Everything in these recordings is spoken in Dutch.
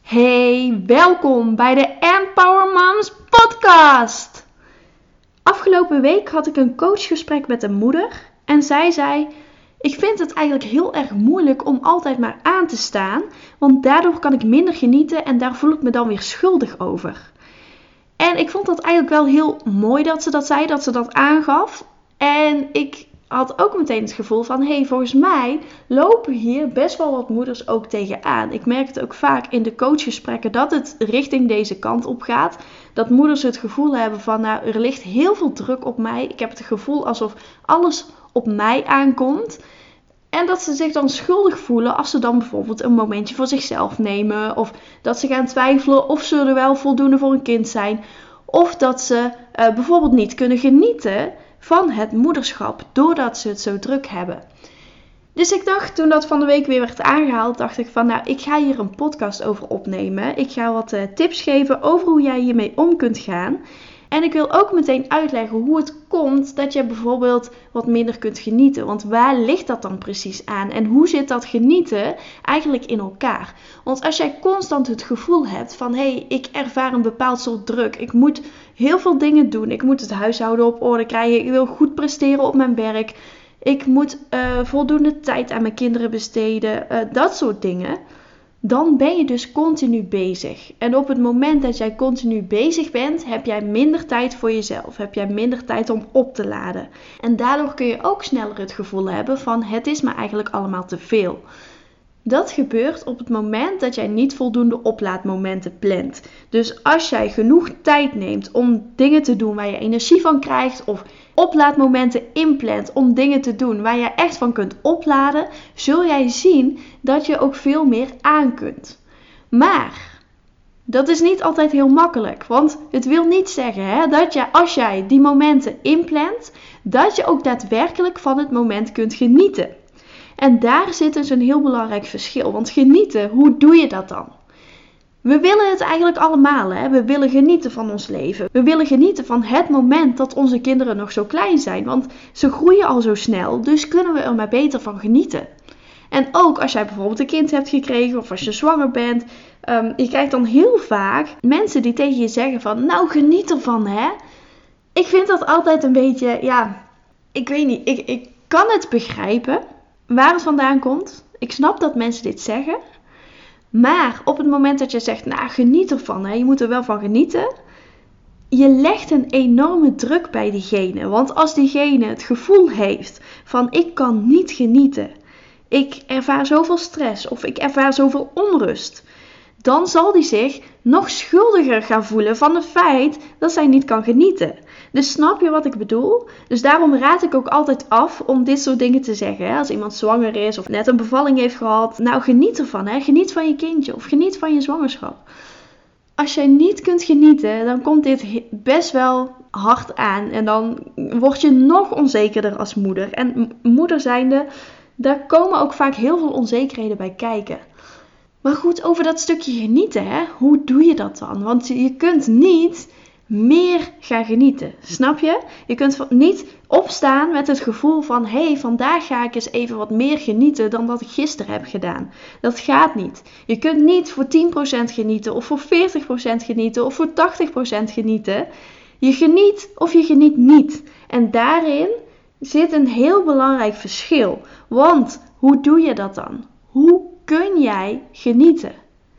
Hey, welkom bij de Empower Moms podcast. Afgelopen week had ik een coachgesprek met een moeder en zij zei: ik vind het eigenlijk heel erg moeilijk om altijd maar aan te staan, want daardoor kan ik minder genieten en daar voel ik me dan weer schuldig over. En ik vond dat eigenlijk wel heel mooi dat ze dat zei, dat ze dat aangaf. En ik had ook meteen het gevoel van, volgens mij lopen hier best wel wat moeders ook tegenaan. Ik merk het ook vaak in de coachgesprekken dat het richting deze kant op gaat. Dat moeders het gevoel hebben van, er ligt heel veel druk op mij. Ik heb het gevoel alsof alles op mij aankomt. En dat ze zich dan schuldig voelen als ze dan bijvoorbeeld een momentje voor zichzelf nemen. Of dat ze gaan twijfelen of ze er wel voldoende voor een kind zijn. Of dat ze bijvoorbeeld niet kunnen genieten van het moederschap doordat ze het zo druk hebben. Dus ik dacht, toen dat van de week weer werd aangehaald, dacht ik van, ik ga hier een podcast over opnemen. Ik ga wat tips geven over hoe jij hiermee om kunt gaan. En ik wil ook meteen uitleggen hoe het komt dat je bijvoorbeeld wat minder kunt genieten. Want waar ligt dat dan precies aan? En hoe zit dat genieten eigenlijk in elkaar? Want als jij constant het gevoel hebt van, ik ervaar een bepaald soort druk. Ik moet heel veel dingen doen. Ik moet het huishouden op orde krijgen. Ik wil goed presteren op mijn werk. Ik moet voldoende tijd aan mijn kinderen besteden. Dat soort dingen. Dan ben je dus continu bezig. En op het moment dat jij continu bezig bent, heb jij minder tijd voor jezelf. Heb jij minder tijd om op te laden. En daardoor kun je ook sneller het gevoel hebben van, het is me eigenlijk allemaal te veel. Dat gebeurt op het moment dat jij niet voldoende oplaadmomenten plant. Dus als jij genoeg tijd neemt om dingen te doen waar je energie van krijgt, of oplaadmomenten inplant om dingen te doen waar je echt van kunt opladen, zul jij zien dat je ook veel meer aan kunt. Maar dat is niet altijd heel makkelijk, want het wil niet zeggen dat je, als jij die momenten inplant, dat je ook daadwerkelijk van het moment kunt genieten. En daar zit dus een heel belangrijk verschil. Want genieten, hoe doe je dat dan? We willen het eigenlijk allemaal. We willen genieten van ons leven. We willen genieten van het moment dat onze kinderen nog zo klein zijn. Want ze groeien al zo snel. Dus kunnen we er maar beter van genieten. En ook als jij bijvoorbeeld een kind hebt gekregen of als je zwanger bent. Je krijgt dan heel vaak mensen die tegen je zeggen van, geniet ervan Ik vind dat altijd een beetje, ik weet niet. Ik kan het begrijpen waar het vandaan komt. Ik snap dat mensen dit zeggen. Maar op het moment dat je zegt, geniet ervan. Je moet er wel van genieten. Je legt een enorme druk bij diegene. Want als diegene het gevoel heeft van, ik kan niet genieten. Ik ervaar zoveel stress of ik ervaar zoveel onrust. Dan zal die zich nog schuldiger gaan voelen van het feit dat zij niet kan genieten. Dus snap je wat ik bedoel? Dus daarom raad ik ook altijd af om dit soort dingen te zeggen. Als iemand zwanger is of net een bevalling heeft gehad. Geniet ervan. Geniet van je kindje of geniet van je zwangerschap. Als jij niet kunt genieten, dan komt dit best wel hard aan. En dan word je nog onzekerder als moeder. En moeder zijnde, daar komen ook vaak heel veel onzekerheden bij kijken. Maar goed, over dat stukje genieten, hoe doe je dat dan? Want je kunt niet meer gaan genieten, snap je? Je kunt niet opstaan met het gevoel van, vandaag ga ik eens even wat meer genieten dan dat ik gisteren heb gedaan. Dat gaat niet. Je kunt niet voor 10% genieten of voor 40% genieten of voor 80% genieten. Je geniet of je geniet niet. En daarin zit een heel belangrijk verschil. Want hoe doe je dat dan? Hoe kun jij genieten?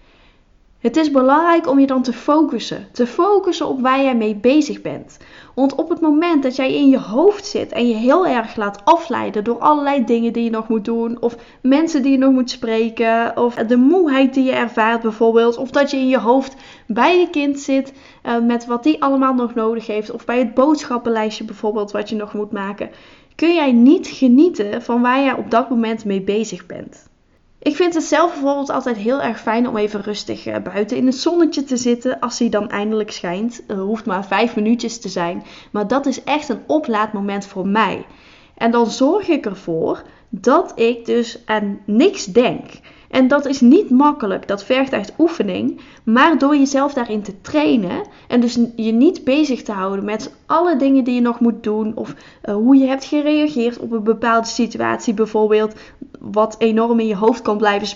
Het is belangrijk om je dan te focussen. Te focussen op waar jij mee bezig bent. Want op het moment dat jij in je hoofd zit en je heel erg laat afleiden door allerlei dingen die je nog moet doen. Of mensen die je nog moet spreken. Of de moeheid die je ervaart bijvoorbeeld. Of dat je in je hoofd bij je kind zit met wat die allemaal nog nodig heeft. Of bij het boodschappenlijstje bijvoorbeeld wat je nog moet maken. Kun jij niet genieten van waar jij op dat moment mee bezig bent. Ik vind het zelf bijvoorbeeld altijd heel erg fijn om even rustig buiten in het zonnetje te zitten als hij dan eindelijk schijnt. Het hoeft maar 5 minuutjes te zijn, maar dat is echt een oplaadmoment voor mij. En dan zorg ik ervoor dat ik dus aan niks denk. En dat is niet makkelijk, dat vergt echt oefening. Maar door jezelf daarin te trainen en dus je niet bezig te houden met alle dingen die je nog moet doen. Of hoe je hebt gereageerd op een bepaalde situatie bijvoorbeeld. Wat enorm in je hoofd kan blijven spoken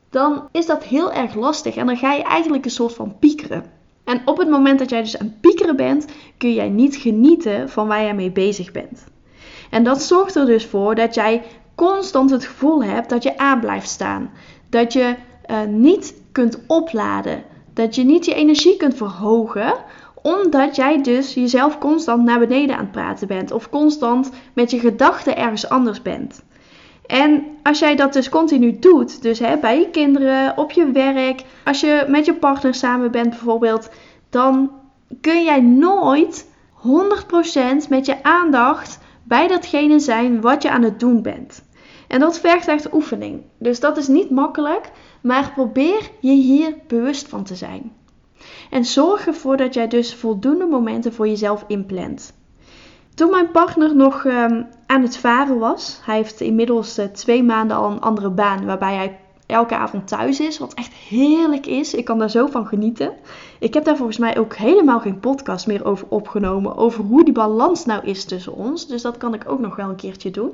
dan is dat heel erg lastig. En dan ga je eigenlijk een soort van piekeren. En op het moment dat jij dus aan het piekeren bent, kun jij niet genieten van waar jij mee bezig bent. En dat zorgt er dus voor dat jij constant het gevoel hebt dat je aan blijft staan. Dat je niet kunt opladen. Dat je niet je energie kunt verhogen, omdat jij dus jezelf constant naar beneden aan het praten bent. Of constant met je gedachten ergens anders bent. En als jij dat dus continu doet, dus bij je kinderen, op je werk, als je met je partner samen bent bijvoorbeeld, dan kun jij nooit 100% met je aandacht bij datgene zijn wat je aan het doen bent. En dat vergt echt oefening. Dus dat is niet makkelijk, maar probeer je hier bewust van te zijn. En zorg ervoor dat jij dus voldoende momenten voor jezelf inplant. Toen mijn partner nog aan het varen was, hij heeft inmiddels 2 maanden al een andere baan waarbij hij elke avond thuis is, wat echt heerlijk is. Ik kan daar zo van genieten. Ik heb daar volgens mij ook helemaal geen podcast meer over opgenomen, over hoe die balans nou is tussen ons. Dus dat kan ik ook nog wel een keertje doen.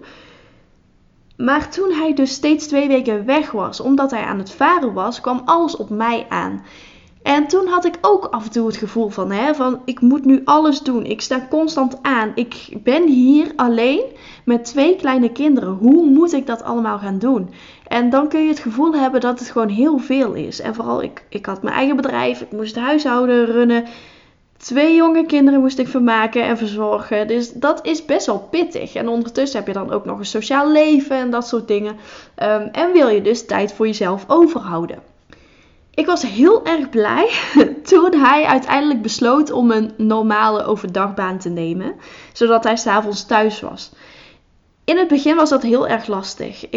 Maar toen hij dus steeds 2 weken weg was, omdat hij aan het varen was, kwam alles op mij aan. En toen had ik ook af en toe het gevoel van ik moet nu alles doen. Ik sta constant aan. Ik ben hier alleen met 2 kleine kinderen. Hoe moet ik dat allemaal gaan doen? En dan kun je het gevoel hebben dat het gewoon heel veel is. En vooral ik had mijn eigen bedrijf. Ik moest het huishouden runnen. 2 jonge kinderen moest ik vermaken en verzorgen. Dus dat is best wel pittig. En ondertussen heb je dan ook nog een sociaal leven en dat soort dingen. En wil je dus tijd voor jezelf overhouden. Ik was heel erg blij toen hij uiteindelijk besloot om een normale overdagbaan te nemen. Zodat hij 's avonds thuis was. In het begin was dat heel erg lastig.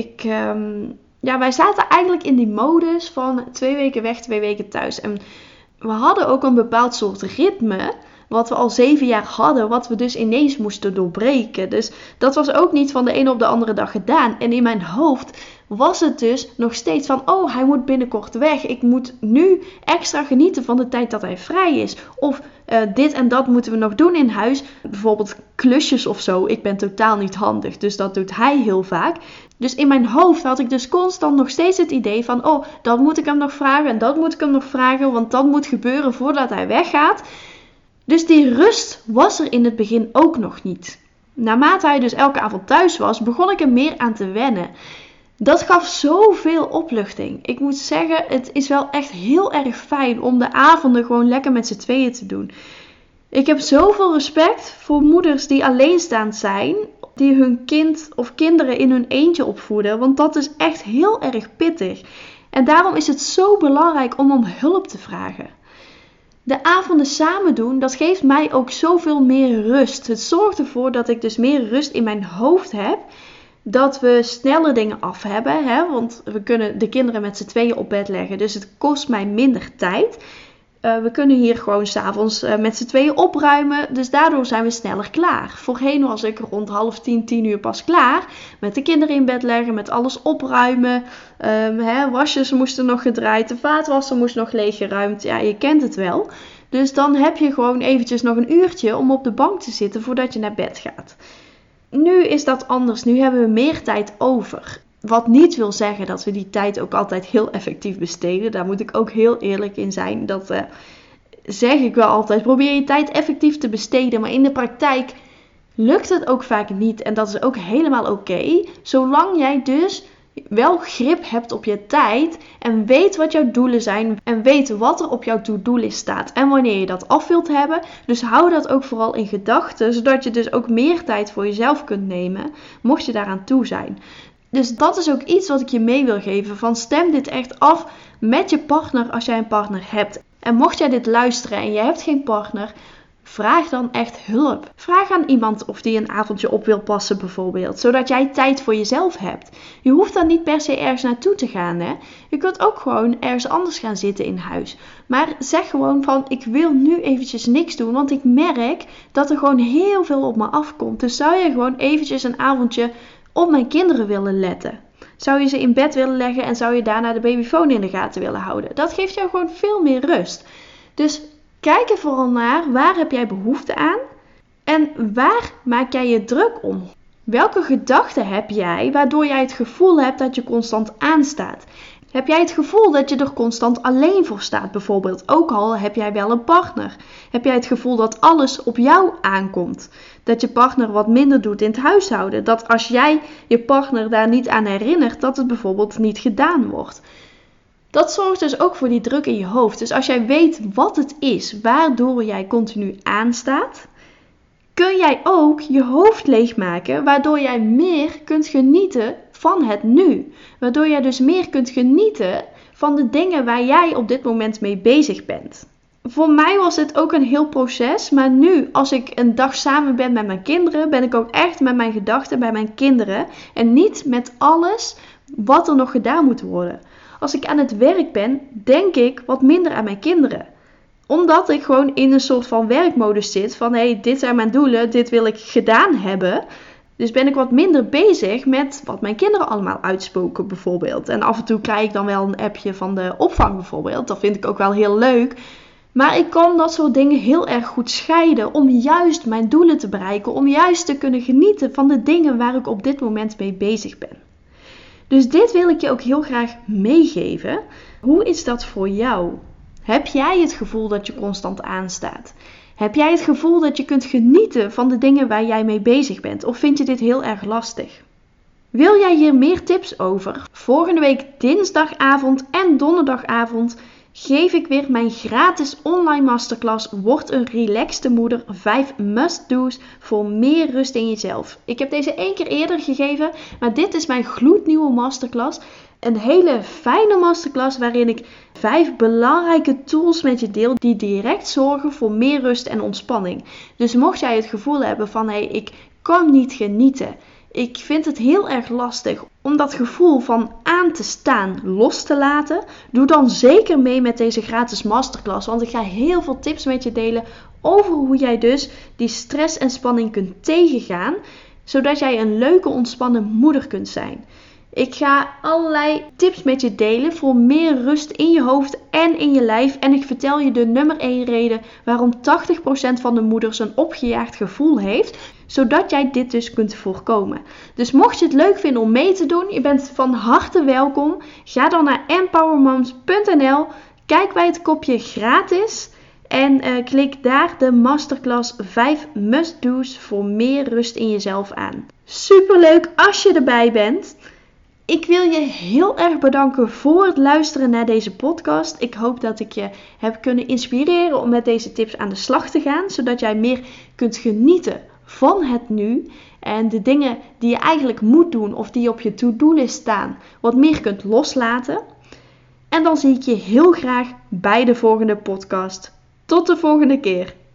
Wij zaten eigenlijk in die modus van 2 weken weg, 2 weken thuis. En we hadden ook een bepaald soort ritme, wat we al 7 jaar hadden, wat we dus ineens moesten doorbreken. Dus dat was ook niet van de ene op de andere dag gedaan. En in mijn hoofd was het dus nog steeds van, hij moet binnenkort weg. Ik moet nu extra genieten van de tijd dat hij vrij is. Of dit en dat moeten we nog doen in huis. Bijvoorbeeld klusjes of zo. Ik ben totaal niet handig, dus dat doet hij heel vaak. Dus in mijn hoofd had ik dus constant nog steeds het idee van, dat moet ik hem nog vragen en dat moet ik hem nog vragen, want dat moet gebeuren voordat hij weggaat. Dus die rust was er in het begin ook nog niet. Naarmate hij dus elke avond thuis was, begon ik er meer aan te wennen. Dat gaf zoveel opluchting. Ik moet zeggen, het is wel echt heel erg fijn om de avonden gewoon lekker met z'n tweeën te doen. Ik heb zoveel respect voor moeders die alleenstaand zijn, die hun kind of kinderen in hun eentje opvoeden, want dat is echt heel erg pittig. En daarom is het zo belangrijk om hulp te vragen. De avonden samen doen, dat geeft mij ook zoveel meer rust. Het zorgt ervoor dat ik dus meer rust in mijn hoofd heb. Dat we sneller dingen af hebben. Want we kunnen de kinderen met z'n tweeën op bed leggen. Dus het kost mij minder tijd. We kunnen hier gewoon 's avonds met z'n tweeën opruimen. Dus daardoor zijn we sneller klaar. Voorheen was ik rond 9:30, 10:00 pas klaar. Met de kinderen in bed leggen, met alles opruimen. Wasjes moesten nog gedraaid. De vaatwasser moest nog leeggeruimd. Ja, je kent het wel. Dus dan heb je gewoon eventjes nog een uurtje om op de bank te zitten voordat je naar bed gaat. Nu is dat anders. Nu hebben we meer tijd over. Wat niet wil zeggen dat we die tijd ook altijd heel effectief besteden. Daar moet ik ook heel eerlijk in zijn. Dat zeg ik wel altijd. Probeer je tijd effectief te besteden. Maar in de praktijk lukt het ook vaak niet. En dat is ook helemaal oké. Zolang jij dus wel grip hebt op je tijd. En weet wat jouw doelen zijn. En weet wat er op jouw to-do-list staat. En wanneer je dat af wilt hebben. Dus hou dat ook vooral in gedachten. Zodat je dus ook meer tijd voor jezelf kunt nemen. Mocht je daaraan toe zijn. Dus dat is ook iets wat ik je mee wil geven. Van stem dit echt af met je partner als jij een partner hebt. En mocht jij dit luisteren en je hebt geen partner, vraag dan echt hulp. Vraag aan iemand of die een avondje op wil passen bijvoorbeeld. Zodat jij tijd voor jezelf hebt. Je hoeft dan niet per se ergens naartoe te gaan. Hè? Je kunt ook gewoon ergens anders gaan zitten in huis. Maar zeg gewoon van, ik wil nu eventjes niks doen. Want ik merk dat er gewoon heel veel op me afkomt. Dus zou je gewoon eventjes een avondje op mijn kinderen willen letten? Zou je ze in bed willen leggen en zou je daarna de babyfoon in de gaten willen houden? Dat geeft jou gewoon veel meer rust. Dus kijk er vooral naar, waar heb jij behoefte aan? En waar maak jij je druk om? Welke gedachten heb jij waardoor jij het gevoel hebt dat je constant aanstaat? Heb jij het gevoel dat je er constant alleen voor staat bijvoorbeeld? Ook al heb jij wel een partner. Heb jij het gevoel dat alles op jou aankomt? Dat je partner wat minder doet in het huishouden? Dat als jij je partner daar niet aan herinnert, dat het bijvoorbeeld niet gedaan wordt? Dat zorgt dus ook voor die druk in je hoofd. Dus als jij weet wat het is waardoor jij continu aanstaat, kun jij ook je hoofd leegmaken, waardoor jij meer kunt genieten van het nu. Waardoor jij dus meer kunt genieten van de dingen waar jij op dit moment mee bezig bent. Voor mij was dit ook een heel proces, maar nu als ik een dag samen ben met mijn kinderen, ben ik ook echt met mijn gedachten bij mijn kinderen en niet met alles wat er nog gedaan moet worden. Als ik aan het werk ben, denk ik wat minder aan mijn kinderen. Omdat ik gewoon in een soort van werkmodus zit van dit zijn mijn doelen, dit wil ik gedaan hebben. Dus ben ik wat minder bezig met wat mijn kinderen allemaal uitspoken bijvoorbeeld. En af en toe krijg ik dan wel een appje van de opvang bijvoorbeeld. Dat vind ik ook wel heel leuk. Maar ik kan dat soort dingen heel erg goed scheiden om juist mijn doelen te bereiken. Om juist te kunnen genieten van de dingen waar ik op dit moment mee bezig ben. Dus dit wil ik je ook heel graag meegeven. Hoe is dat voor jou? Heb jij het gevoel dat je constant aanstaat? Heb jij het gevoel dat je kunt genieten van de dingen waar jij mee bezig bent? Of vind je dit heel erg lastig? Wil jij hier meer tips over? Volgende week dinsdagavond en donderdagavond geef ik weer mijn gratis online masterclass Word een relaxte moeder 5 must-do's voor meer rust in jezelf. Ik heb deze 1 keer eerder gegeven, maar dit is mijn gloednieuwe masterclass. Een hele fijne masterclass waarin ik 5 belangrijke tools met je deel die direct zorgen voor meer rust en ontspanning. Dus mocht jij het gevoel hebben van ik kan niet genieten. Ik vind het heel erg lastig om dat gevoel van aan te staan los te laten. Doe dan zeker mee met deze gratis masterclass. Want ik ga heel veel tips met je delen over hoe jij dus die stress en spanning kunt tegengaan. Zodat jij een leuke ontspannen moeder kunt zijn. Ik ga allerlei tips met je delen voor meer rust in je hoofd en in je lijf. En ik vertel je de nummer 1 reden waarom 80% van de moeders een opgejaagd gevoel heeft. Zodat jij dit dus kunt voorkomen. Dus mocht je het leuk vinden om mee te doen, je bent van harte welkom. Ga dan naar empowermoms.nl. Kijk bij het kopje gratis. En klik daar de masterclass 5 must-do's voor meer rust in jezelf aan. Superleuk als je erbij bent. Ik wil je heel erg bedanken voor het luisteren naar deze podcast. Ik hoop dat ik je heb kunnen inspireren om met deze tips aan de slag te gaan. Zodat jij meer kunt genieten van het nu. En de dingen die je eigenlijk moet doen of die op je to-do-list staan, wat meer kunt loslaten. En dan zie ik je heel graag bij de volgende podcast. Tot de volgende keer.